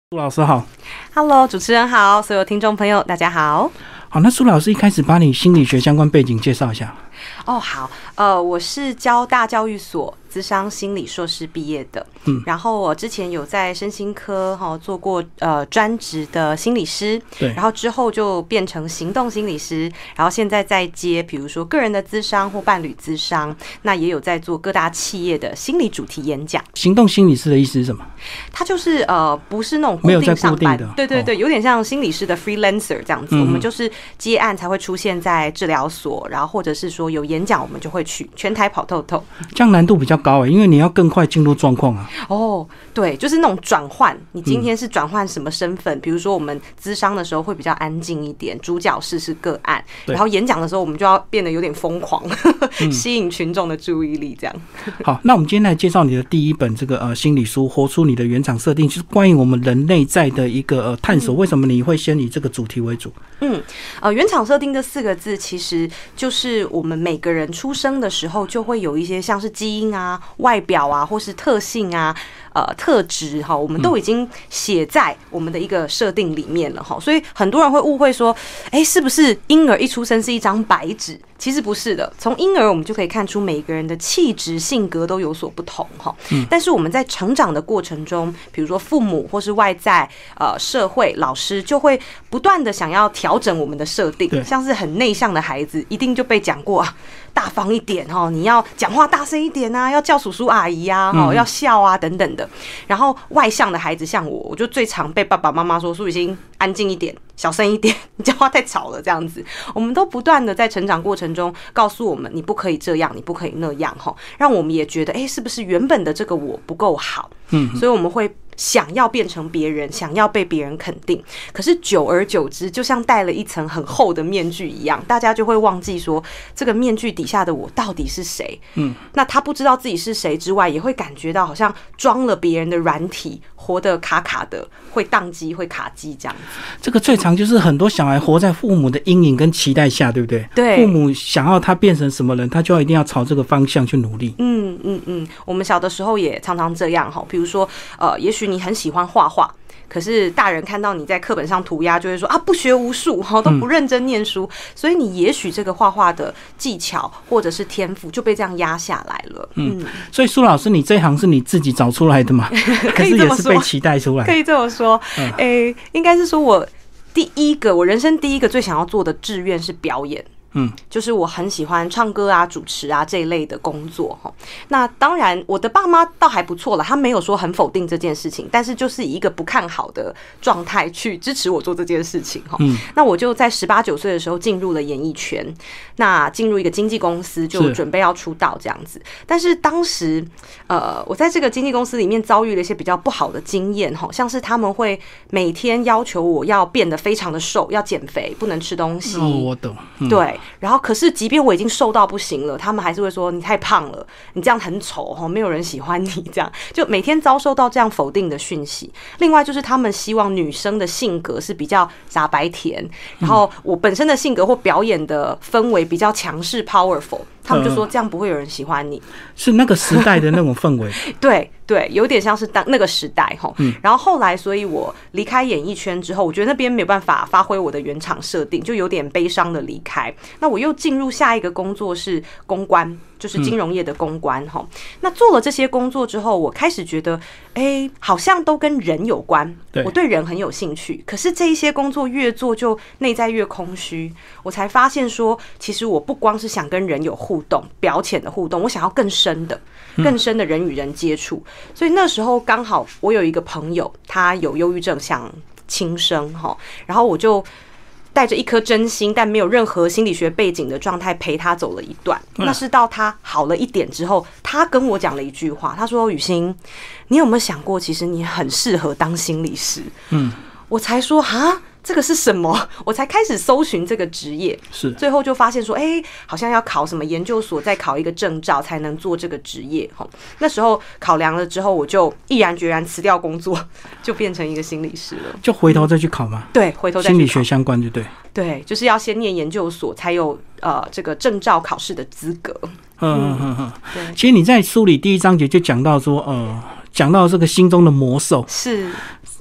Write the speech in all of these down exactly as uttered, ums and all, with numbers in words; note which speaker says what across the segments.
Speaker 1: 苏老师好。
Speaker 2: Hello， 主持人好，所有听众朋友大家好。
Speaker 1: 好，那苏老师一开始把你心理学相关背景介绍一下。
Speaker 2: 哦，好，呃，我是交大教育所諮商心理硕士毕业的，嗯，然后我之前有在身心科哈、哦、做过呃专职的心理师，对，然后之后就变成行动心理师，然后现在在接比如说个人的諮商或伴侣諮商，那也有在做各大企业的心理主题演讲。
Speaker 1: 行动心理师的意思是什么？
Speaker 2: 它就是呃不是那种固定上班，对对对，有点像心理师的 freelancer 这样子，嗯、我们就是接案才会出现在治疗所，然后或者是说有演讲我们就会去全台跑透透，这
Speaker 1: 样难度比较高哎，因为你要更快进入状况啊。
Speaker 2: 哦，对，就是那种转换，你今天是转换什么身份？嗯、比如说我们諮商的时候会比较安静一点，主角是是个案，然后演讲的时候我们就要变得有点疯狂，嗯、吸引群众的注意力，这样。
Speaker 1: 好，那我们今天来介绍你的第一本这个呃心理书《活出你的原厂设定》，就是关于我们人内在的一个呃探索。为什么你会先以这个主题为主？
Speaker 2: 嗯，呃，原厂设定这四个字，其实就是我们每个人出生的时候就会有一些像是基因啊、外表啊，或是特性啊、呃特质哈，我们都已经写在我们的一个设定里面了哈。所以很多人会误会说，哎，是不是婴儿一出生是一张白纸？其实不是的，从婴儿我们就可以看出每个人的气质、性格都有所不同哈。但是我们在成长的过程中，比如说父母或是外在呃社会、老师，就会不断的想要调整我们的设定。像是很内向的孩子，一定就被讲过啊，大方一点哈，你要讲话大声一点啊，要叫叔叔阿姨啊，哈，要笑啊等等的。然后外向的孩子，像我，我就最常被爸爸妈妈说：“苏雨欣，安静一点，小声一点，你讲话太吵了。”这样子，我们都不断的在成长过程中告诉我们，你不可以这样，你不可以那样，哈，让我们也觉得，哎，是不是原本的这个我不够好？嗯，所以我们会想要变成别人，想要被别人肯定，可是久而久之，就像戴了一层很厚的面具一样，大家就会忘记说，这个面具底下的我到底是谁？嗯，那他不知道自己是谁之外，也会感觉到好像装了别人的软体，活得卡卡的，会宕机，会卡机这样子。
Speaker 1: 这个最常就是很多小孩活在父母的阴影跟期待下，对不对？
Speaker 2: 对，
Speaker 1: 父母想要他变成什么人，他就要一定要朝这个方向去努力。
Speaker 2: 嗯嗯嗯，我们小的时候也常常这样哈，比如说呃，也许你很喜欢画画，可是大人看到你在课本上涂鸦，就会说啊，不学无术，都不认真念书，嗯、所以你也许这个画画的技巧或者是天赋就被这样压下来了。嗯，嗯
Speaker 1: 所以苏老师，你这一行是你自己找出来的吗？可是也是被期待出来，
Speaker 2: 可以这么说。哎、欸，应该是说我第一个，我人生第一个最想要做的志愿是表演。嗯，就是我很喜欢唱歌啊、主持啊这一类的工作哈。那当然，我的爸妈倒还不错了，他没有说很否定这件事情，但是就是以一个不看好的状态去支持我做这件事情哈。嗯，那我就在十八九岁的时候进入了演艺圈，那进入一个经纪公司，就准备要出道这样子。但是当时，呃，我在这个经纪公司里面遭遇了一些比较不好的经验哈，像是他们会每天要求我要变得非常的瘦，要减肥，不能吃东西。
Speaker 1: 哦，我懂。嗯、
Speaker 2: 对。然后可是即便我已经瘦到不行了，他们还是会说你太胖了，你这样很丑，没有人喜欢你，这样就每天遭受到这样否定的讯息。另外就是他们希望女生的性格是比较傻白甜，然后我本身的性格或表演的氛围比较强势 powerful， 他们就说这样不会有人喜欢你。
Speaker 1: 是那个时代的那种氛围。
Speaker 2: 对对，有点像是当那个时代齁。然后后来，所以我离开演艺圈之后，我觉得那边没有办法发挥我的原厂设定，就有点悲伤的离开。那我又进入下一个工作是公关，就是金融业的公关齁。那做了这些工作之后，我开始觉得，哎，好像都跟人有关，我对人很有兴趣。可是这一些工作越做就内在越空虚，我才发现说，其实我不光是想跟人有互动，表浅的互动，我想要更深的、更深的人与人接触。所以那时候刚好我有一个朋友，他有忧郁症，想轻生齁，然后我就带着一颗真心但没有任何心理学背景的状态陪他走了一段。那是到他好了一点之后，他跟我讲了一句话，他说：“雨欣，你有没有想过，其实你很适合当心理师？”嗯，我才说哈。这个是什么？我才开始搜寻这个职业，是最后就发现说，哎、欸，好像要考什么研究所，再考一个证照才能做这个职业。那时候考量了之后，我就毅然决然辞掉工作，就变成一个心理师了。
Speaker 1: 就回头再去考吗？
Speaker 2: 对，回头再去考。
Speaker 1: 心理学相关就对。
Speaker 2: 对，就是要先念研究所，才有呃这个证照考试的资格。
Speaker 1: 嗯嗯嗯。对。其实你在书里第一章节就讲到说，呃。讲到这个心中的魔兽，
Speaker 2: 是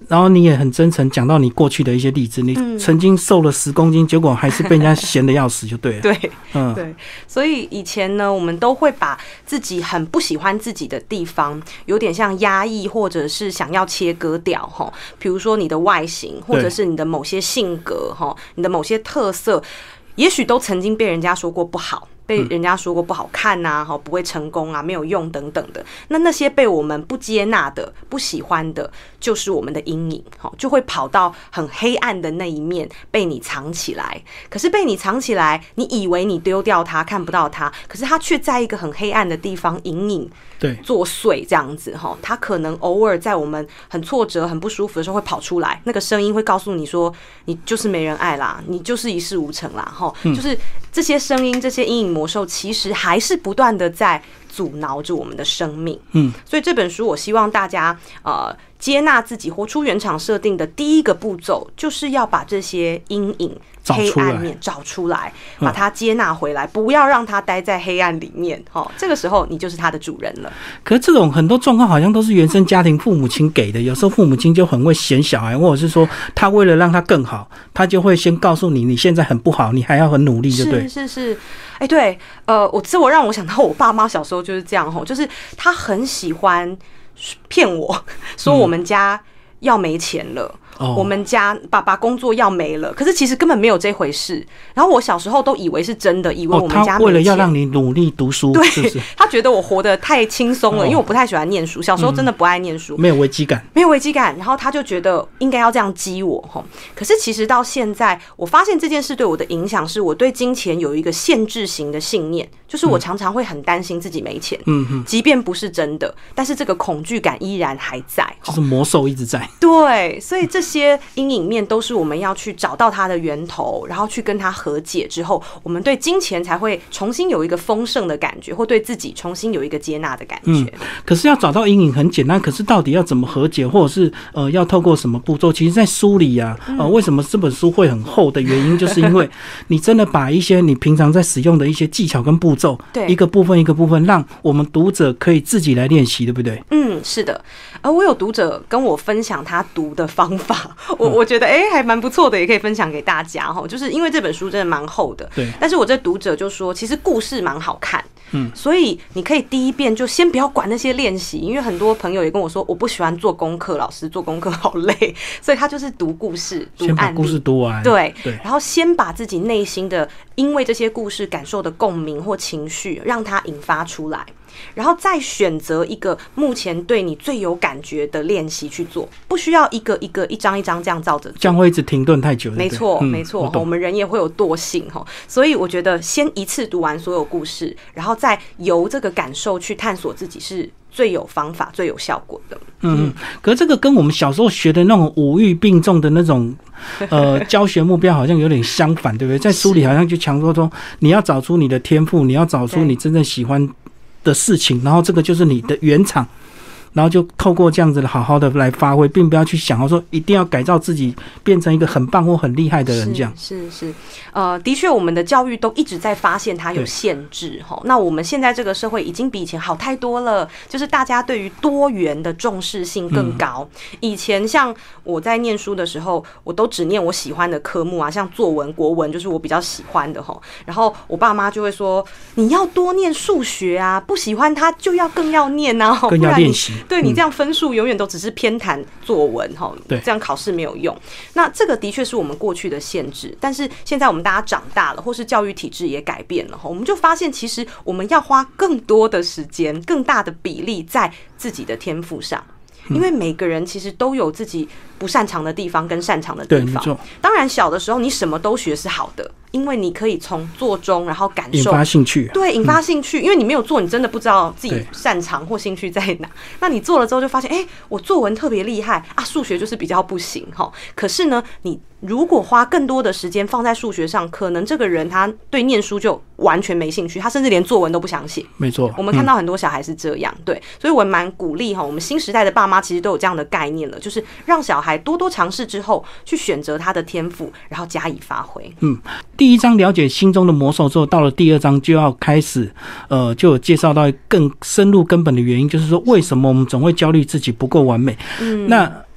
Speaker 1: 然后你也很真诚讲到你过去的一些例子，你曾经瘦了十公斤，结果还是被人家嫌得要死，就对了。
Speaker 2: 对，
Speaker 1: 嗯，
Speaker 2: 对，所以以前呢，我们都会把自己很不喜欢自己的地方，有点像压抑，或者是想要切割掉哈。比如说你的外形，或者是你的某些性格哈，你的某些特色，也许都曾经被人家说过不好。被人家说过不好看啊，不会成功啊，没有用等等的，那那些被我们不接纳的、不喜欢的，就是我们的阴影，就会跑到很黑暗的那一面被你藏起来。可是被你藏起来，你以为你丢掉它，看不到它，可是它却在一个很黑暗的地方隐隐作祟，这样子哈。它可能偶尔在我们很挫折、很不舒服的时候会跑出来，那个声音会告诉你说，你就是没人爱啦，你就是一事无成啦，哈、嗯，就是这些声音、这些阴影魔兽其实还是不断的在阻挠着我们的生命。嗯，所以这本书我希望大家呃接纳自己，活出原厂设定的第一个步骤，就是要把这些阴影、黑暗面找出来，把它接纳回来，不要让它待在黑暗里面。哦，这个时候你就是它的主人了。
Speaker 1: 可是这种很多状况好像都是原生家庭父母亲给的，有时候父母亲就很会嫌小孩，或者是说他为了让他更好，他就会先告诉你你现在很不好，你还要很努力，就对。
Speaker 2: 是是是，哎、欸，对，呃，我这我让我想到我爸妈小时候就是这样，就是他很喜欢骗我说我们家要没钱了。嗯，我们家爸爸工作要没了，可是其实根本没有这回事。然后我小时候都以为是真的，以为我们家没钱。
Speaker 1: 哦，他为了要让你努力读书，
Speaker 2: 对，
Speaker 1: 是不是？
Speaker 2: 他觉得我活得太轻松了，哦，因为我不太喜欢念书，小时候真的不爱念书，
Speaker 1: 嗯，没有危机感，
Speaker 2: 没有危机感。然后他就觉得应该要这样激我齁。可是其实到现在，我发现这件事对我的影响是，我对金钱有一个限制型的信念，就是我常常会很担心自己没钱，嗯嗯，即便不是真的，但是这个恐惧感依然还在，
Speaker 1: 就是魔兽一直在。
Speaker 2: 对，所以这些阴影面都是我们要去找到它的源头，然后去跟它和解之后，我们对金钱才会重新有一个丰盛的感觉，或对自己重新有一个接纳的感觉。嗯，
Speaker 1: 可是要找到阴影很简单，可是到底要怎么和解，或者是呃要透过什么步骤？其实，在书里啊，呃，为什么这本书会很厚的原因，就是因为你真的把一些你平常在使用的一些技巧跟步骤，对，一个部分一个部分，让我们读者可以自己来练习，对不对？
Speaker 2: 嗯，是的。而我有读者跟我分享他读的方法，我我觉得哎、欸、还蛮不错的，也可以分享给大家哈。就是因为这本书真的蛮厚的，对。但是我这读者就说，其实故事蛮好看，嗯，所以你可以第一遍就先不要管那些练习，因为很多朋友也跟我说，我不喜欢做功课，老师做功课好累，所以他就是读故事，读案例，先把
Speaker 1: 故事读完，
Speaker 2: 对对，然后先把自己内心的因为这些故事感受的共鸣或情绪，让它引发出来。然后再选择一个目前对你最有感觉的练习去做，不需要一个一个一张一张这样照着做，
Speaker 1: 这样会一直停顿太久。
Speaker 2: 没错，嗯、没错，我, 我们人也会有惰性哈，所以我觉得先一次读完所有故事，然后再由这个感受去探索自己是最有方法、最有效果的。
Speaker 1: 嗯，可是这个跟我们小时候学的那种五育并重的那种呃教学目标好像有点相反，对不对？在书里好像就强调说，你要找出你的天赋，你要找出你真正喜欢的事情，然后这个就是你的原厂，然后就透过这样子好好的来发挥，并不要去想要说一定要改造自己变成一个很棒或很厉害的人这样。
Speaker 2: 是是是，呃，的确我们的教育都一直在发现它有限制齁。那我们现在这个社会已经比以前好太多了，就是大家对于多元的重视性更高。嗯、以前像我在念书的时候，我都只念我喜欢的科目啊，像作文、国文就是我比较喜欢的齁。然后我爸妈就会说，你要多念数学啊，不喜欢它就要更要念啊，
Speaker 1: 更要练习。
Speaker 2: 对，你这样分数永远都只是偏袒作文齁，这样考试没有用。那这个的确是我们过去的限制，但是现在我们大家长大了，或是教育体制也改变了，我们就发现其实我们要花更多的时间、更大的比例在自己的天赋上。因为每个人其实都有自己不擅长的地方跟擅长的地方。当然小的时候你什么都学是好的，因为你可以从做中然后感受，
Speaker 1: 引发兴趣。
Speaker 2: 对，引发兴趣、嗯、因为你没有做，你真的不知道自己擅长或兴趣在哪。那你做了之后就发现，哎、欸，我作文特别厉害啊，数学就是比较不行齁。可是呢，你如果花更多的时间放在数学上，可能这个人他对念书就完全没兴趣，他甚至连作文都不想写。
Speaker 1: 没错，
Speaker 2: 我们看到很多小孩是这样，嗯、对，所以我蛮鼓励哈，我们新时代的爸妈其实都有这样的概念了，就是让小孩多多尝试之后，去选择他的天赋，然后加以发挥。
Speaker 1: 嗯，第一章了解心中的魔兽之后，到了第二章就要开始，呃，就有介绍到更深入根本的原因，就是说为什么我们总会焦虑自己不够完美。嗯，那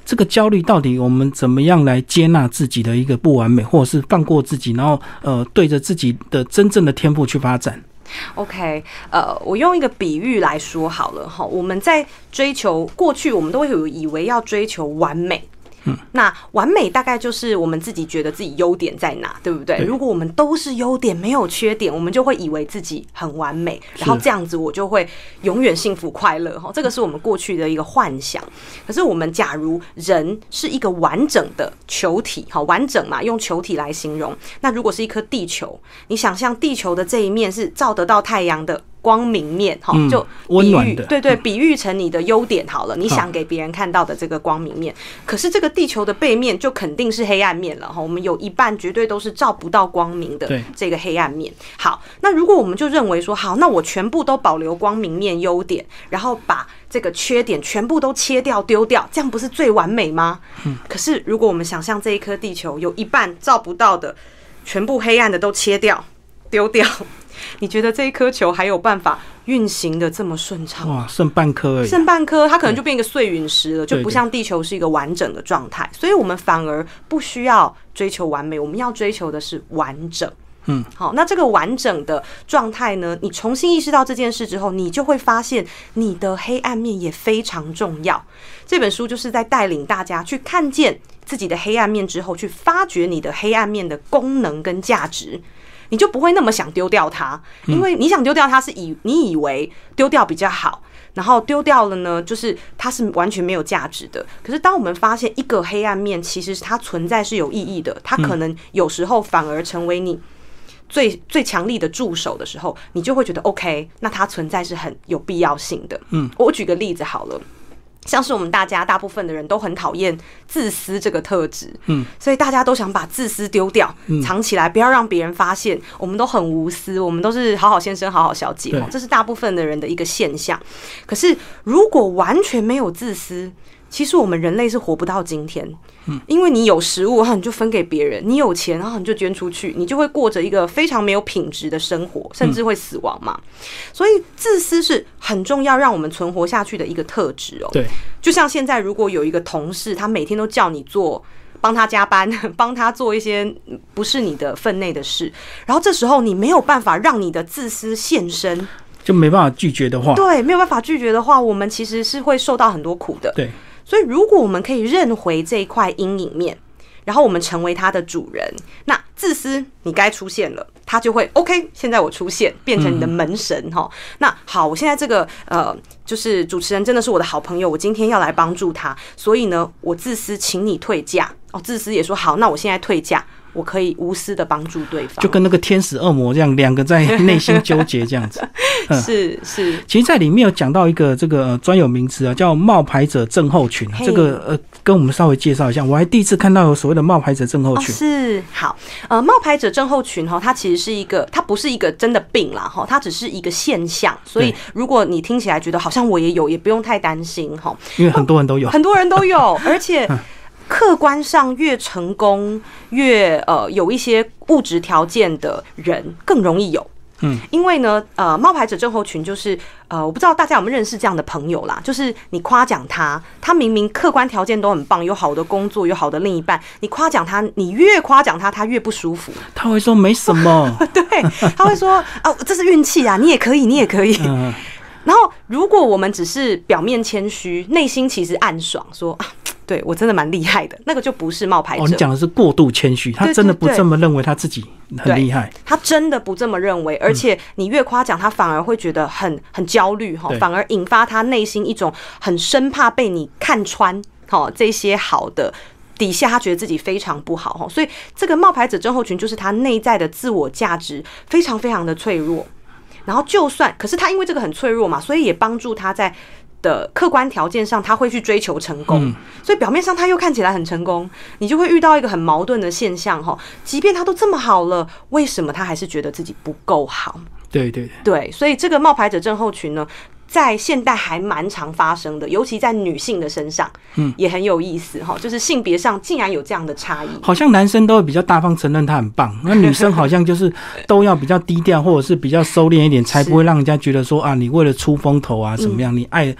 Speaker 1: 这个焦虑到底我们怎么样来接纳自己的一个不完美，或者是放过自己，然后呃对着自己的真正的天赋去发展。
Speaker 2: OK， 呃，我用一个比喻来说好了哈，我们在追求过去，我们都会有以为要追求完美。嗯，那完美大概就是我们自己觉得自己优点在哪，对不对？对，如果我们都是优点没有缺点，我们就会以为自己很完美，然后这样子我就会永远幸福快乐哈。这个是我们过去的一个幻想。可是我们假如人是一个完整的球体，好，完整嘛，用球体来形容。那如果是一颗地球，你想象地球的这一面是照得到太阳的光明面，嗯，就
Speaker 1: 温暖的，
Speaker 2: 对对，比喻成你的优点好了，你想给别人看到的这个光明面。可是这个地球的背面就肯定是黑暗面了，我们有一半绝对都是照不到光明的这个黑暗面。好，那如果我们就认为说，好，那我全部都保留光明面优点，然后把这个缺点全部都切掉丢掉，这样不是最完美吗？嗯，可是如果我们想象这一颗地球有一半照不到的，全部黑暗的都切掉丢掉，你觉得这一颗球还有办法运行的这么顺畅吗？哇，
Speaker 1: 剩半颗而已，
Speaker 2: 剩半颗，它可能就变一个碎陨石了，就不像地球是一个完整的状态。所以我们反而不需要追求完美，我们要追求的是完整。嗯，好，那这个完整的状态呢，你重新意识到这件事之后，你就会发现你的黑暗面也非常重要。这本书就是在带领大家去看见自己的黑暗面之后，去发掘你的黑暗面的功能跟价值。你就不会那么想丢掉它，因为你想丢掉它是以你以为丢掉比较好，然后丢掉了呢，就是它是完全没有价值的。可是当我们发现一个黑暗面其实它存在是有意义的，它可能有时候反而成为你最最强力的助手的时候，你就会觉得 OK， 那它存在是很有必要性的。嗯，我举个例子好了。像是我们大家大部分的人都很讨厌自私这个特质，嗯，所以大家都想把自私丢掉，藏起来，不要让别人发现。我们都很无私，我们都是好好先生、好好小姐，这是大部分的人的一个现象。可是如果完全没有自私，其实我们人类是活不到今天，因为你有食物，然后你就分给别人；你有钱，然后你就捐出去，你就会过着一个非常没有品质的生活，甚至会死亡嘛。所以自私是很重要，让我们存活下去的一个特质哦。对，就像现在，如果有一个同事，他每天都叫你做，帮他加班，帮他做一些不是你的分内的事，然后这时候你没有办法让你的自私现身，
Speaker 1: 就没办法拒绝的话，
Speaker 2: 对，没有办法拒绝的话，我们其实是会受到很多苦的。对。所以如果我们可以认回这一块阴影面，然后我们成为它的主人，那自私你该出现了，它就会 OK， 现在我出现，变成你的门神齁、嗯、那好，我现在这个呃就是主持人真的是我的好朋友，我今天要来帮助他，所以呢我自私请你退价哦，自私也说好，那我现在退价，我可以无私的帮助对方，
Speaker 1: 就跟那个天使恶魔这样，两个在内心纠结这样子。
Speaker 2: 嗯、是是，
Speaker 1: 其实在里面有讲到一个这个专、呃、有名词啊，叫冒牌者症候群。这个呃，跟我们稍微介绍一下。我还第一次看到有所谓的冒牌者症候群。
Speaker 2: 哦、是好，呃，冒牌者症候群哈，它其实是一个，它不是一个真的病啦哈，它只是一个现象。所以如果你听起来觉得好像我也有，也不用太担心哈，
Speaker 1: 因为很多人都有，
Speaker 2: 很多人都有，而且。客观上越成功越呃有一些物质条件的人更容易有，嗯，因为呢呃冒牌者症候群就是呃我不知道大家有没有认识这样的朋友啦，就是你夸奖他，他明明客观条件都很棒，有好的工作，有好的另一半，你夸奖他，你越夸奖他，他越不舒服，
Speaker 1: 他会说没什么，
Speaker 2: 对，他会说啊这是运气啊，你也可以，你也可以。嗯，然后如果我们只是表面谦虚，内心其实暗爽，说啊。对我真的蛮厉害的，那个就不是冒牌者。
Speaker 1: 哦，你讲的是过度谦虚，他真的不这么认为他自己很厉害。
Speaker 2: 他真的不这么认为，而且你越夸奖他，反而会觉得很很焦虑哈，反而引发他内心一种很生怕被你看穿哈这些好的。底下他觉得自己非常不好，所以这个冒牌者症候群就是他内在的自我价值非常非常的脆弱。然后就算，可是他因为这个很脆弱嘛，所以也帮助他在。的客观条件上他会去追求成功、嗯、所以表面上他又看起来很成功，你就会遇到一个很矛盾的现象，即便他都这么好了，为什么他还是觉得自己不够好？
Speaker 1: 对对
Speaker 2: 对, 对，所以这个冒牌者症候群呢在现代还蛮常发生的，尤其在女性的身上，嗯，也很有意思哈，就是性别上竟然有这样的差异。
Speaker 1: 好像男生都会比较大方承认他很棒，那女生好像就是都要比较低调，或者是比较收敛一点，才不会让人家觉得说啊，你为了出风头啊怎么样，嗯、你爱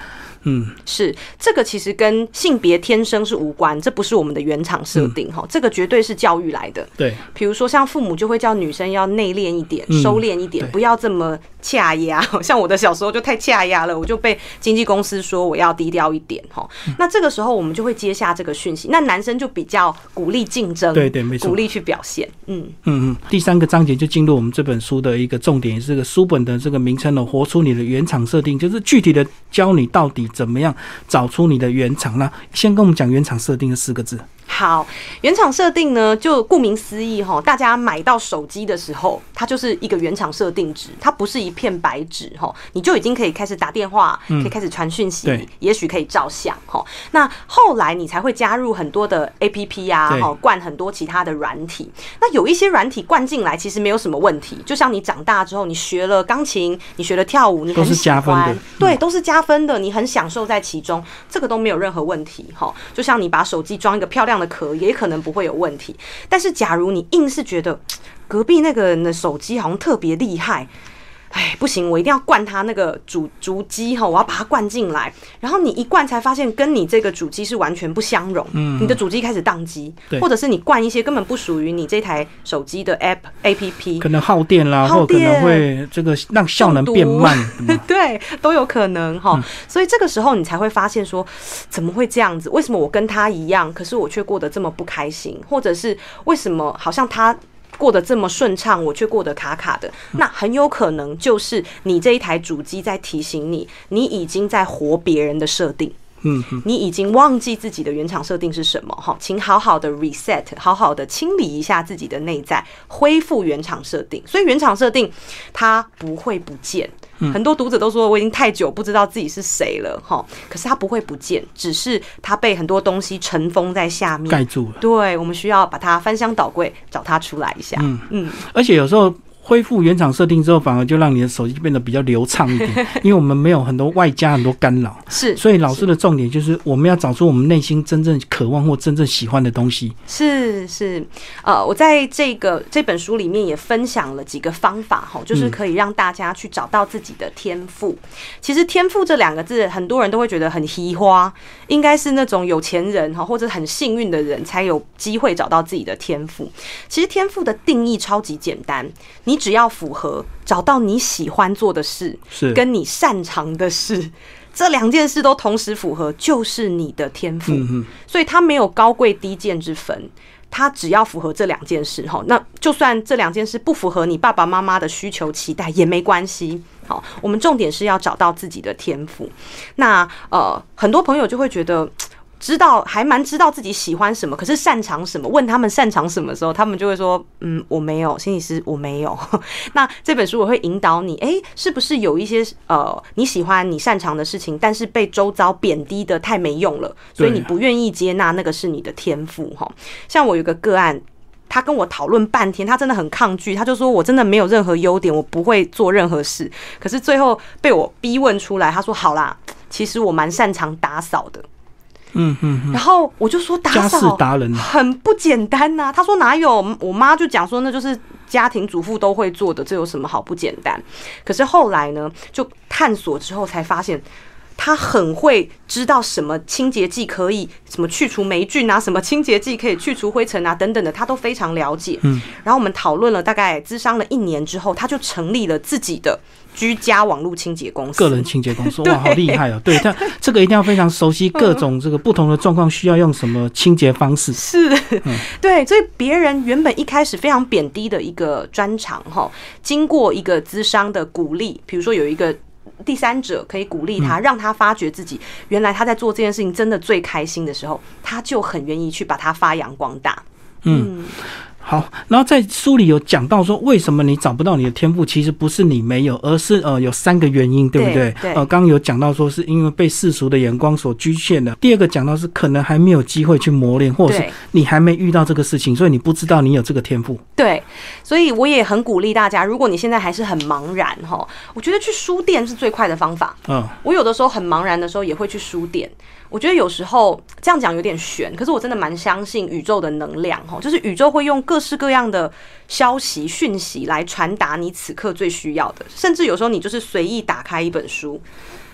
Speaker 1: 嗯，
Speaker 2: 是这个其实跟性别天生是无关，这不是我们的原厂设定哈、嗯，这个绝对是教育来的。
Speaker 1: 对，
Speaker 2: 比如说像父母就会叫女生要内敛一点、嗯、收敛一点，不要这么恰压。像我的小时候就太恰压了，我就被经纪公司说我要低调一点哈、嗯。那这个时候我们就会接下这个讯息，那男生就比较鼓励竞争，
Speaker 1: 对对，没错，
Speaker 2: 鼓励去表现。嗯
Speaker 1: 嗯嗯。第三个章节就进入我们这本书的一个重点，也是这个书本的这个名称哦，活出你的原厂设定，就是具体的教你到底怎么样找出你的原厂。那先跟我们讲原厂设定这四个字。
Speaker 2: 好，原厂设定呢，就顾名思义哈，大家买到手机的时候，它就是一个原厂设定纸，它不是一片白纸哈，你就已经可以开始打电话，可以开始传讯息，嗯、也许可以照相哈。那后来你才会加入很多的 A P P 啊，哈，灌很多其他的软体。那有一些软体灌进来，其实没有什么问题。就像你长大之后，你学了钢琴，你学了跳舞，你很喜欢，都是加分的，对，都是加分的，你很享受在其中，这个都没有任何问题哈。就像你把手机装一个漂亮的壳也可能不会有问题，但是假如你硬是觉得隔壁那个人的手机好像特别厉害，哎，不行，我一定要灌他那个主主机哈，我要把它灌进来。然后你一灌才发现跟你这个主机是完全不相容，嗯，你的主机开始宕机，或者是你灌一些根本不属于你这台手机的 App A P P， 可
Speaker 1: 能耗电啦，或可能会这个让效能变慢，
Speaker 2: 对，都有可能哈、嗯。所以这个时候你才会发现说，怎么会这样子？为什么我跟他一样，可是我却过得这么不开心？或者是为什么好像他过得这么顺畅，我却过得卡卡的？那很有可能就是你这一台主机在提醒你，你已经在活别人的设定。
Speaker 1: 嗯，
Speaker 2: 你已经忘记自己的原厂设定是什么哈，请好好的 reset， 好好的清理一下自己的内在，恢复原厂设定。所以原厂设定它不会不见。很多读者都说我已经太久不知道自己是谁了哈，可是它不会不见，只是它被很多东西尘封在下面
Speaker 1: 盖住了。
Speaker 2: 对，我们需要把它翻箱倒柜找它出来一下。嗯嗯，
Speaker 1: 而且有时候恢复原厂设定之后，反而就让你的手机变得比较流畅一点，因为我们没有很多外加很多干扰。
Speaker 2: 是，
Speaker 1: 所以老师的重点就是我们要找出我们内心真正渴望或真正喜欢的东西。
Speaker 2: 是是，呃，我在这个这本书里面也分享了几个方法哈，就是可以让大家去找到自己的天赋。嗯、其实天赋这两个字，很多人都会觉得很稀花，应该是那种有钱人哈或者很幸运的人才有机会找到自己的天赋。其实天赋的定义超级简单。你只要符合找到你喜欢做的事，是跟你擅长的事，这两件事都同时符合，就是你的天赋。嗯、所以它没有高贵低贱之分，它只要符合这两件事，那就算这两件事不符合你爸爸妈妈的需求期待也没关系。好，我们重点是要找到自己的天赋。那呃，很多朋友就会觉得，知道还蛮知道自己喜欢什么，可是擅长什么？问他们擅长什么的时候，他们就会说：“嗯，我没有。”心理师，我没有。那这本书我会引导你，哎，是不是有一些呃你喜欢你擅长的事情，但是被周遭贬低的太没用了，所以你不愿意接纳那个是你的天赋哈。像我有个个案。他跟我讨论半天，他真的很抗拒，他就说我真的没有任何优点，我不会做任何事。可是最后被我逼问出来，他说好啦，其实我蛮擅长打扫的。
Speaker 1: 嗯嗯，
Speaker 2: 然后我就说打扫
Speaker 1: 家事达人
Speaker 2: 很不简单呐、啊。他说哪有，我妈就讲说那就是家庭主妇都会做的，这有什么好不简单？可是后来呢，就探索之后才发现。他很会知道什么清洁剂可以什么去除霉菌啊，什么清洁剂可以去除灰尘啊，等等的，他都非常了解。嗯，然后我们讨论了大概咨商了一年之后，他就成立了自己的居家网络清洁公司，
Speaker 1: 个人清洁公司。哇，好厉害哦！对，他这个一定要非常熟悉各种这个不同的状况需要用什么清洁方式。
Speaker 2: 是，嗯、对，所以别人原本一开始非常贬低的一个专长哈，经过一个咨商的鼓励，比如说有一个。第三者可以鼓励他，让他发觉自己原来他在做这件事情真的最开心的时候，他就很愿意去把它发扬光大。
Speaker 1: 嗯，好，然后在书里有讲到说，为什么你找不到你的天赋，其实不是你没有，而是呃有三个原因，对不对？对。呃，刚刚有讲到说是因为被世俗的眼光所局限了。第二个讲到是可能还没有机会去磨练，或者是你还没遇到这个事情，所以你不知道你有这个天赋。
Speaker 2: 对，所以我也很鼓励大家，如果你现在还是很茫然哈，我觉得去书店是最快的方法。嗯，我有的时候很茫然的时候也会去书店。我觉得有时候这样讲有点悬，可是我真的蛮相信宇宙的能量哈，就是宇宙会用各式各样的消息讯息来传达你此刻最需要的，甚至有时候你就是随意打开一本书，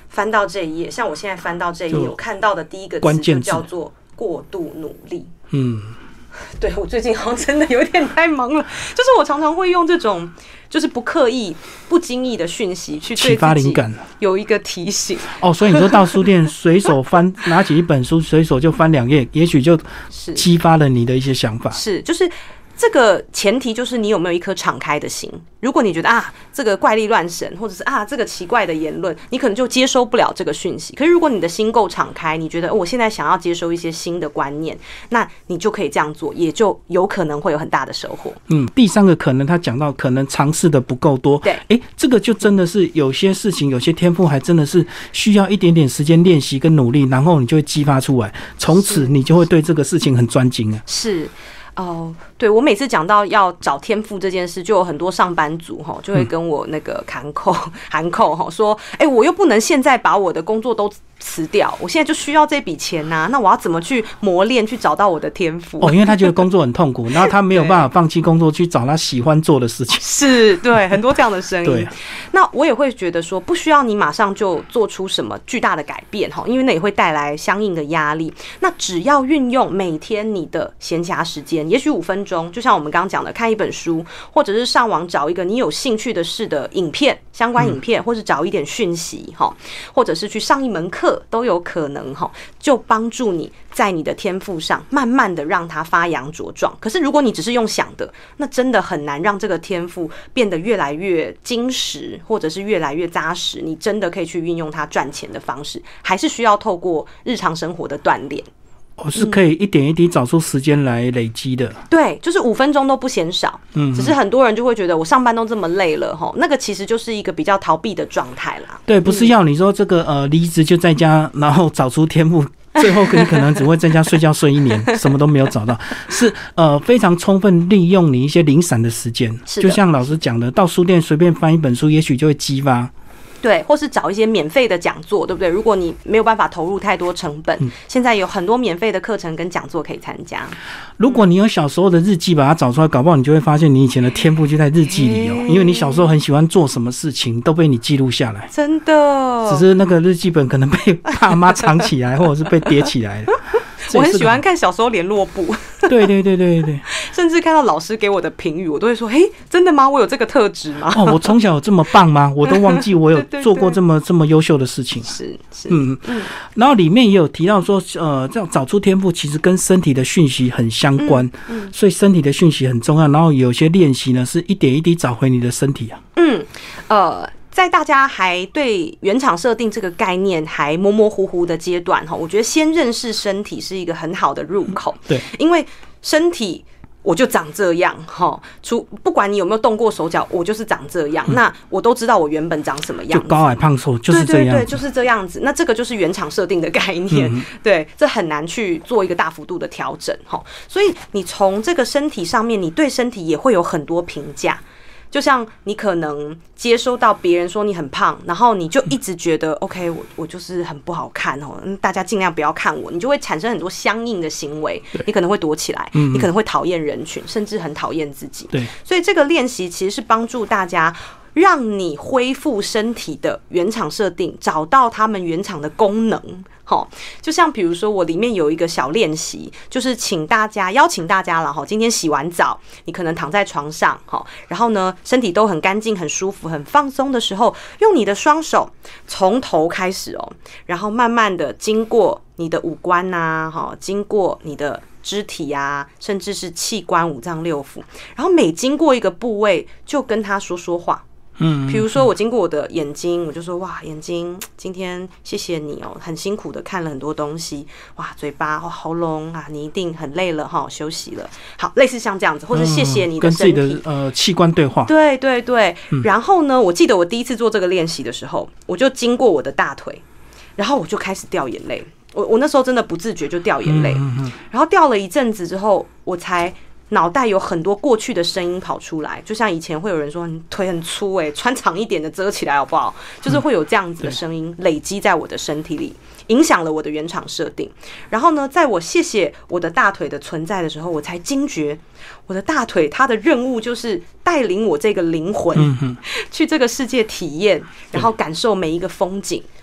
Speaker 2: 翻到这一页，像我现在翻到这一页，我看到的第一个词就叫做过度努力。嗯，对，我最近好像真的有点太忙了，就是我常常会用这种就是不刻意、不经意的讯息去对
Speaker 1: 启发灵感，
Speaker 2: 有一个提醒。
Speaker 1: 哦，所以你说到书店随手翻，拿起一本书，随手就翻两页，也许就激发了你的一些想法。
Speaker 2: 是，就是。这个前提就是你有没有一颗敞开的心。如果你觉得啊这个怪力乱神，或者是啊这个奇怪的言论，你可能就接收不了这个讯息。可是如果你的心够敞开，你觉得、哦、我现在想要接收一些新的观念，那你就可以这样做，也就有可能会有很大的收获。
Speaker 1: 嗯，第三个可能他讲到可能尝试的不够多，
Speaker 2: 对，
Speaker 1: 哎，这个就真的是有些事情，有些天赋还真的是需要一点点时间练习跟努力，然后你就会激发出来，从此你就会对这个事情很专精啊。
Speaker 2: 是。哦，对，我每次讲到要找天赋这件事，就有很多上班族哈，就会跟我那个喊扣喊扣哈说，哎、欸，我又不能现在把我的工作都辞掉，我现在就需要这笔钱呐、啊，那我要怎么去磨练，去找到我的天赋？
Speaker 1: 哦，因为他觉得工作很痛苦，然后他没有办法放弃工作，去找他喜欢做的事情。
Speaker 2: 是，对，很多这样的声音。对，那我也会觉得说，不需要你马上就做出什么巨大的改变哈，因为那也会带来相应的压力。那只要运用每天你的闲暇时间，也许五分钟，就像我们刚刚讲的，看一本书，或者是上网找一个你有兴趣的事的影片，相关影片，或是找一点讯息哈，或者是去上一门课。都有可能哈，就帮助你在你的天赋上慢慢的让它发扬茁壮。可是如果你只是用想的，那真的很难让这个天赋变得越来越精实，或者是越来越扎实。你真的可以去运用它赚钱的方式，还是需要透过日常生活的锻炼。
Speaker 1: 我是可以一点一滴找出时间来累积的、嗯，
Speaker 2: 对，就是五分钟都不嫌少。嗯，只是很多人就会觉得我上班都这么累了齁，那个其实就是一个比较逃避的状态啦。
Speaker 1: 对，不是要你说这个呃离职就在家，然后找出天赋，最后你可能只会在家睡觉睡一年，什么都没有找到。是呃非常充分利用你一些零散的时间，就像老师讲的，到书店随便翻一本书，也许就会激发。
Speaker 2: 对，或是找一些免费的讲座，对不对？如果你没有办法投入太多成本，嗯、现在有很多免费的课程跟讲座可以参加。
Speaker 1: 如果你有小时候的日记把它找出来，搞不好你就会发现你以前的天赋就在日记里哦、喔，因为你小时候很喜欢做什么事情都被你记录下来。
Speaker 2: 真的，
Speaker 1: 只是那个日记本可能被爸妈藏起来，或者是被叠起来了。
Speaker 2: 我很喜欢看小时候联络簿，
Speaker 1: 对对对对对，
Speaker 2: 甚至看到老师给我的评语，我都会说：“嘿，真的吗？我有这个特质吗？”
Speaker 1: 哦，我从小有这么棒吗？我都忘记我有做过这么对对对这么优秀的事情。
Speaker 2: 是是，
Speaker 1: 嗯嗯。然后里面也有提到说，呃，这样找出天赋其实跟身体的讯息很相关，嗯嗯、所以身体的讯息很重要。然后有些练习呢，是一点一滴找回你的身体啊。
Speaker 2: 嗯，呃。在大家还对原厂设定这个概念还模模糊糊的阶段，我觉得先认识身体是一个很好的入口。
Speaker 1: 对，
Speaker 2: 因为身体我就长这样，除不管你有没有动过手脚，我就是长这样。嗯、那我都知道我原本长什么样子，
Speaker 1: 就高矮胖瘦就是这样子。
Speaker 2: 对对对，就是这样子。那这个就是原厂设定的概念，嗯、对，这很难去做一个大幅度的调整。所以你从这个身体上面，你对身体也会有很多评价。就像你可能接收到别人说你很胖，然后你就一直觉得 OK， 我我就是很不好看哦，大家尽量不要看我，你就会产生很多相应的行为，你可能会躲起来，嗯、你可能会讨厌人群，甚至很讨厌自己。对，所以这个练习其实是帮助大家。让你恢复身体的原厂设定，找到他们原厂的功能。就像比如说我里面有一个小练习，就是请大家邀请大家了，今天洗完澡，你可能躺在床上，然后呢身体都很干净很舒服很放松的时候，用你的双手从头开始哦，然后慢慢的经过你的五官啊，经过你的肢体啊，甚至是器官五脏六腑，然后每经过一个部位就跟他说说话。嗯，比如说我经过我的眼睛，我就说哇，眼睛今天谢谢你哦，很辛苦的看了很多东西。哇，嘴巴哇，喉咙啊，你一定很累了哈，休息了。好，类似像这样子，或者谢谢你的身体，
Speaker 1: 跟自己的呃器官对话。
Speaker 2: 对对对。嗯、然后呢，我记得我第一次做这个练习的时候，我就经过我的大腿，然后我就开始掉眼泪。我我那时候真的不自觉就掉眼泪，嗯嗯、然后掉了一阵子之后，我才。脑袋有很多过去的声音跑出来，就像以前会有人说你腿很粗哎、欸，穿长一点的遮起来好不好？就是会有这样子的声音累积在我的身体里，影响了我的原厂设定。然后呢，在我谢谢我的大腿的存在的时候，我才惊觉我的大腿它的任务就是带领我这个灵魂去这个世界体验，然后感受每一个风景。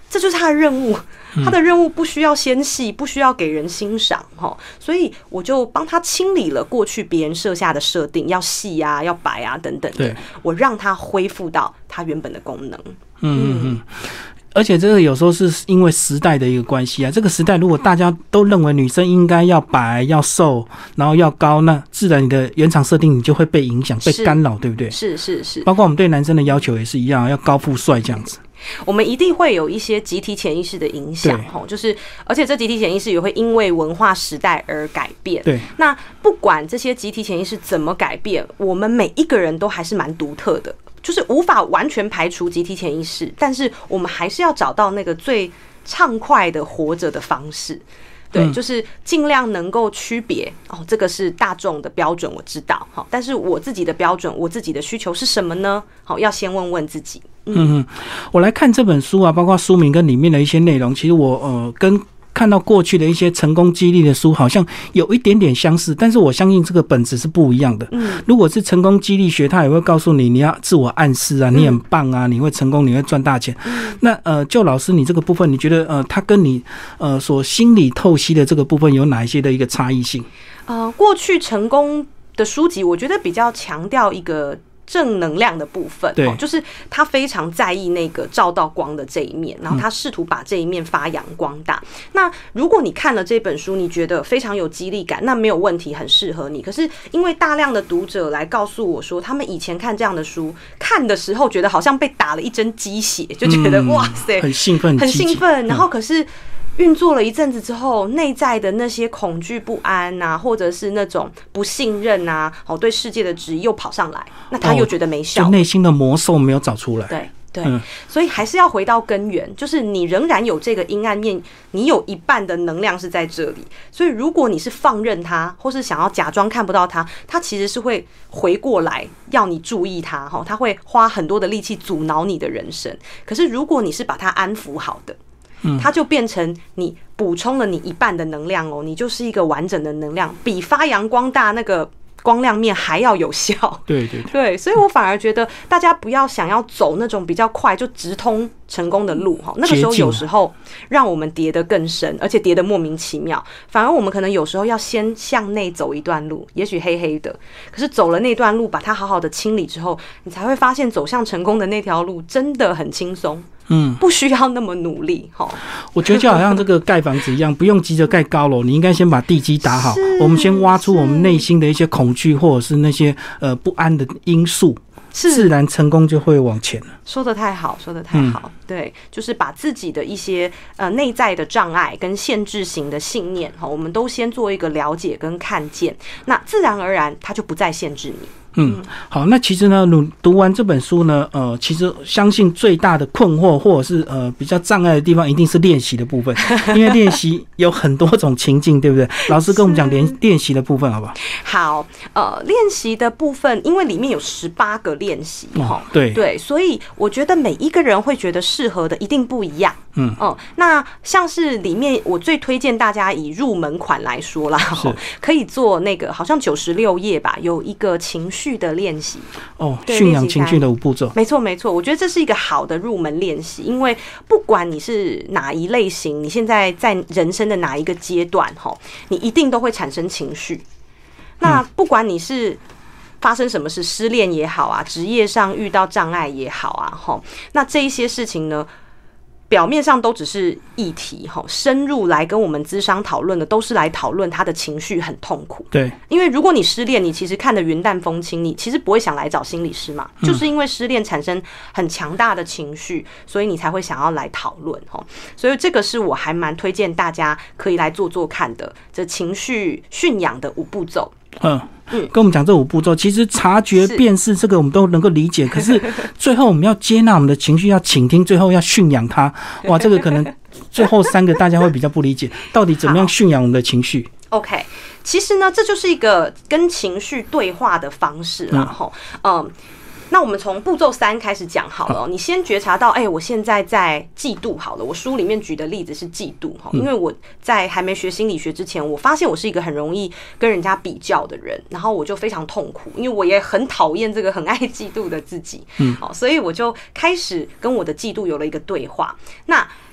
Speaker 2: 这就是他的任务，他的任务不需要纤细，不需要给人欣赏哈，所以我就帮他清理了过去别人设下的设定，要细啊，要白啊等等的，我让他恢复到他原本的功能。
Speaker 1: 嗯嗯嗯。而且这个有时候是因为时代的一个关系啊，这个时代如果大家都认为女生应该要白、要瘦，然后要高，那自然你的原厂设定你就会被影响、被干扰，对不对？
Speaker 2: 是是是。
Speaker 1: 包括我们对男生的要求也是一样，要高富帅这样子。
Speaker 2: 我们一定会有一些集体潜意识的影响，就是而且这集体潜意识也会因为文化时代而改变。对，那不管这些集体潜意识怎么改变，我们每一个人都还是蛮独特的，就是无法完全排除集体潜意识，但是我们还是要找到那个最畅快的活着的方式。对，就是尽量能够区别哦，这个是大众的标准，我知道，好，但是我自己的标准，我自己的需求是什么呢？好，要先问问自己。
Speaker 1: 嗯嗯，我来看这本书啊，包括书名跟里面的一些内容，其实我呃跟看到过去的一些成功激励的书好像有一点点相似，但是我相信这个本质是不一样的。嗯，如果是成功激励学，他也会告诉你你要自我暗示啊，你很棒啊，你会成功，你会赚大钱。嗯、那呃，就老师你这个部分，你觉得呃，他跟你呃所心理透析的这个部分有哪一些的一个差异性？
Speaker 2: 呃，过去成功的书籍，我觉得比较强调一个正能量的部分，对，就是他非常在意那个照到光的这一面，然后他试图把这一面发扬光大。嗯、那如果你看了这本书，你觉得非常有激励感，那没有问题，很适合你。可是因为大量的读者来告诉我说，他们以前看这样的书，看的时候觉得好像被打了一针鸡血，就觉得、嗯、哇塞，
Speaker 1: 很兴奋，
Speaker 2: 很兴奋，然后可是运作了一阵子之后，内在的那些恐惧不安啊，或者是那种不信任啊，哦，对世界的质疑又跑上来，那他又觉得没效，
Speaker 1: 就内心的魔兽没有找出来。
Speaker 2: 对对、嗯，所以还是要回到根源，就是你仍然有这个阴暗面，你有一半的能量是在这里，所以如果你是放任它，或是想要假装看不到它，它其实是会回过来要你注意它，它会花很多的力气阻挠你的人生。可是如果你是把它安抚好的，它就变成你补充了你一半的能量哦，你就是一个完整的能量，比发扬光大那个光亮面还要有效。
Speaker 1: 对对 对,
Speaker 2: 对，所以我反而觉得大家不要想要走那种比较快就直通成功的路，那个时候有时候让我们跌得更深，而且跌得莫名其妙。反而我们可能有时候要先向内走一段路，也许黑黑的，可是走了那段路，把它好好的清理之后，你才会发现走向成功的那条路真的很轻松。嗯，不需要那么努力哈。
Speaker 1: 我觉得就好像这个盖房子一样，不用急着盖高楼，你应该先把地基打好。我们先挖出我们内心的一些恐惧，或者是那些呃不安的因素，自然成功就会往前了。
Speaker 2: 说得太好，说得太好。嗯、对，就是把自己的一些呃内在的障碍跟限制型的信念哈，我们都先做一个了解跟看见，那自然而然它就不再限制你。
Speaker 1: 嗯，好，那其实呢，读完这本书呢，呃，其实相信最大的困惑或者是呃比较障碍的地方，一定是练习的部分，因为练习有很多种情境，对不对？老师跟我们讲练练习的部分，好不好？
Speaker 2: 好，呃，练习的部分，因为里面有十八个练习，
Speaker 1: 哦，对
Speaker 2: 对，所以我觉得每一个人会觉得适合的一定不一样。嗯哦、呃，那像是里面我最推荐大家以入门款来说啦，可以做那个好像九十六页吧，有一个情绪的练习
Speaker 1: 哦，驯养情绪的五步骤，
Speaker 2: 没错没错，我觉得这是一个好的入门练习，因为不管你是哪一类型，你现在在人生的哪一个阶段，你一定都会产生情绪。那不管你是发生什么事，失恋也好啊，职业上遇到障碍也好啊，那这一些事情呢，表面上都只是议题，深入来跟我们諮商讨论的都是来讨论他的情绪很痛苦。
Speaker 1: 对，
Speaker 2: 因为如果你失恋，你其实看得云淡风轻，你其实不会想来找心理师嘛，嗯、就是因为失恋产生很强大的情绪，所以你才会想要来讨论。所以这个是我还蛮推荐大家可以来做做看的，这情绪驯养的五步骤。
Speaker 1: 嗯，跟我们讲这五步骤，其实察觉、辨识这个我们都能够理解，可是最后我们要接纳我们的情绪，要倾听，最后要驯养它。哇，这个可能最后三个大家会比较不理解，到底怎么样驯养我们的情绪
Speaker 2: ？OK， 其实呢，这就是一个跟情绪对话的方式啦。哈、嗯，嗯。那我们从步骤三开始讲好了、喔。你先觉察到，哎、欸，我现在在嫉妒好了。我书里面举的例子是嫉妒哈，因为我在还没学心理学之前，我发现我是一个很容易跟人家比较的人，然后我就非常痛苦，因为我也很讨厌这个很爱嫉妒的自己。嗯，好，所以我就开始跟我的嫉妒有了一个对话。那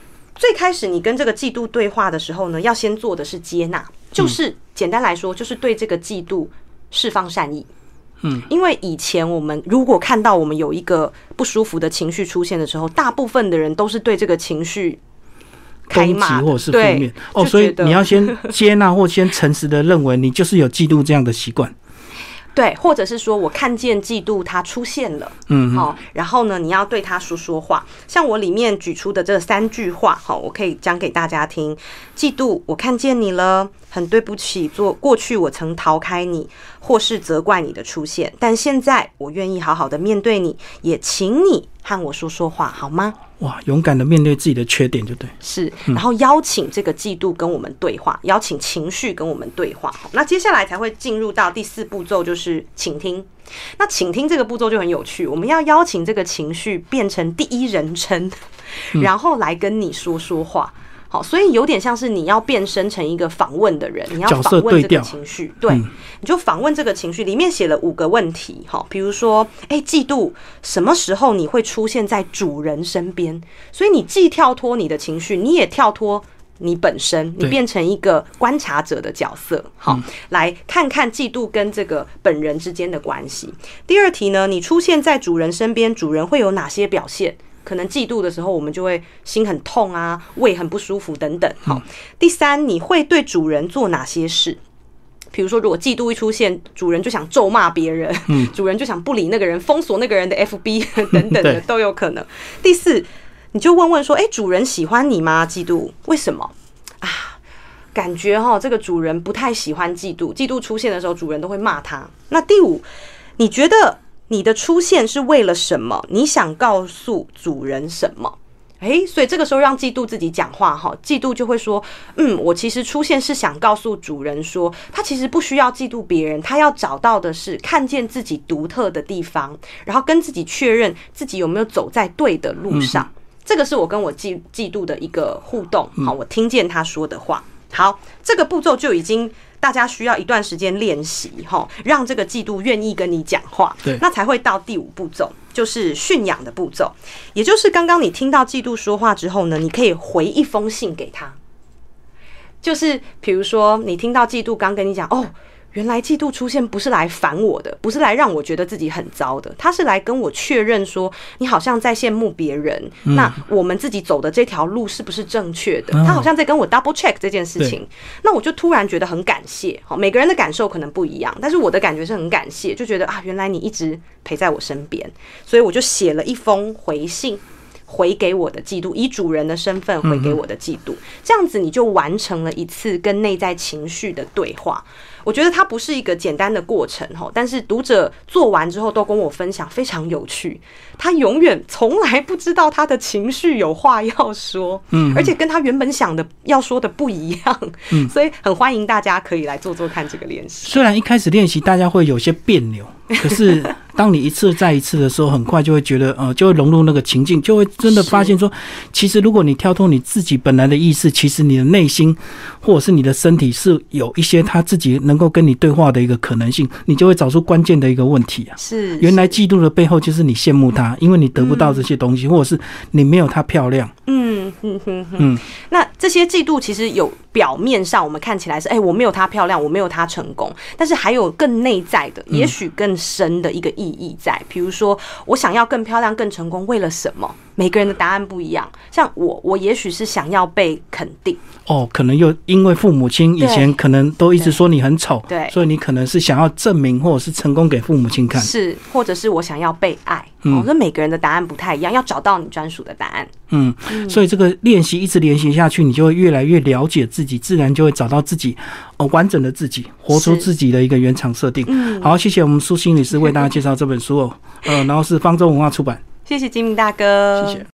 Speaker 2: 最开始你跟这个嫉妒对话的时候呢，要先做的是接纳，就是简单来说，就是对这个嫉妒释放善意。嗯，因为以前我们如果看到我们有一个不舒服的情绪出现的时候，大部分的人都是对这个情绪开骂
Speaker 1: 或者是负面哦，所以你要先接纳或先诚实的认为你就是有嫉妒这样的习惯。
Speaker 2: 对，或者是说我看见嫉妒它出现了，嗯，好，然后呢，你要对它说说话。像我里面举出的这三句话，好，我可以讲给大家听。嫉妒，我看见你了，很对不起，做过去我曾逃开你，或是责怪你的出现，但现在我愿意好好的面对你，也请你和我说说话，好吗？
Speaker 1: 哇，勇敢的面对自己的缺点，就对，
Speaker 2: 是，然后邀请这个嫉妒跟我们对话，邀请情绪跟我们对话。那接下来才会进入到第四步骤，就是倾听。那倾听这个步骤就很有趣，我们要邀请这个情绪变成第一人称，然后来跟你说说话。好，所以有点像是你要变身成一个访问的人，你要访问这个情绪，对，你就访问这个情绪。里面写了五个问题，好，比如说，哎，嫉妒什么时候你会出现在主人身边？所以你既跳脱你的情绪，你也跳脱你本身，你变成一个观察者的角色，好，来看看嫉妒跟这个本人之间的关系。第二题呢，你出现在主人身边，主人会有哪些表现？可能嫉妒的时候，我们就会心很痛啊，胃很不舒服等等。好，第三，你会对主人做哪些事？比如说，如果嫉妒一出现，主人就想咒骂别人，嗯、主人就想不理那个人，封锁那个人的 F B 等等的都有可能。第四，你就问问说，哎、欸，主人喜欢你吗？嫉妒为什么啊？感觉哈，这个主人不太喜欢嫉妒，嫉妒出现的时候，主人都会骂他。那第五，你觉得你的出现是为了什么？你想告诉主人什么？诶，所以这个时候让嫉妒自己讲话哈，嫉妒就会说，嗯，我其实出现是想告诉主人说，他其实不需要嫉妒别人，他要找到的是看见自己独特的地方，然后跟自己确认自己有没有走在对的路上。嗯、这个是我跟我嫉嫉妒的一个互动，好，我听见他说的话。好，这个步骤就已经大家需要一段时间练习，让这个嫉妒愿意跟你讲话，对，那才会到第五步骤，就是驯养的步骤，也就是刚刚你听到嫉妒说话之后呢，你可以回一封信给他，就是比如说你听到嫉妒刚跟你讲，哦，原来嫉妒出现不是来烦我的，不是来让我觉得自己很糟的，他是来跟我确认说，你好像在羡慕别人，嗯、那我们自己走的这条路是不是正确的？他好像在跟我 double check 这件事情，那我就突然觉得很感谢。好，每个人的感受可能不一样，但是我的感觉是很感谢，就觉得啊，原来你一直陪在我身边，所以我就写了一封回信。回给我的嫉妒，以主人的身份回给我的嫉妒，这样子你就完成了一次跟内在情绪的对话。我觉得它不是一个简单的过程，但是读者做完之后都跟我分享非常有趣，他永远从来不知道他的情绪有话要说，嗯，而且跟他原本想的要说的不一样，嗯，所以很欢迎大家可以来做做看这个练习。
Speaker 1: 虽然一开始练习大家会有些别扭，可是当你一次再一次的时候，很快就会觉得呃，就会融入那个情境，就会真的发现说，其实如果你跳脱你自己本来的意识，其实你的内心或者是你的身体是有一些他自己能够跟你对话的一个可能性，你就会找出关键的一个问题啊。
Speaker 2: 是，
Speaker 1: 原来嫉妒的背后就是你羡慕他，因为你得不到这些东西，嗯、或者是你没有他漂亮。
Speaker 2: 嗯哼哼哼。嗯，那这些嫉妒其实有表面上我们看起来是，哎、欸，我没有他漂亮，我没有他成功，但是还有更内在的，也许更深的一个意义在。比如说，我想要更漂亮、更成功，为了什么？每个人的答案不一样。像我，我也许是想要被肯定。哦，
Speaker 1: 可能又因为父母亲以前可能都一直说你很丑，对，所以你可能是想要证明或者是成功给父母亲看，
Speaker 2: 是，或者是我想要被爱。嗯，我说每个人的答案不太一样，要找到你专属的答案。
Speaker 1: 嗯，所以这个练习一直练习下去，你就会越来越了解自己，自然就会找到自己呃完整的自己，活出自己的一个原厂设定。嗯，好，谢谢我们苏心理师为大家介绍这本书哦，呃，然后是方舟文化出版。
Speaker 2: 谢谢金明大哥，
Speaker 1: 谢谢。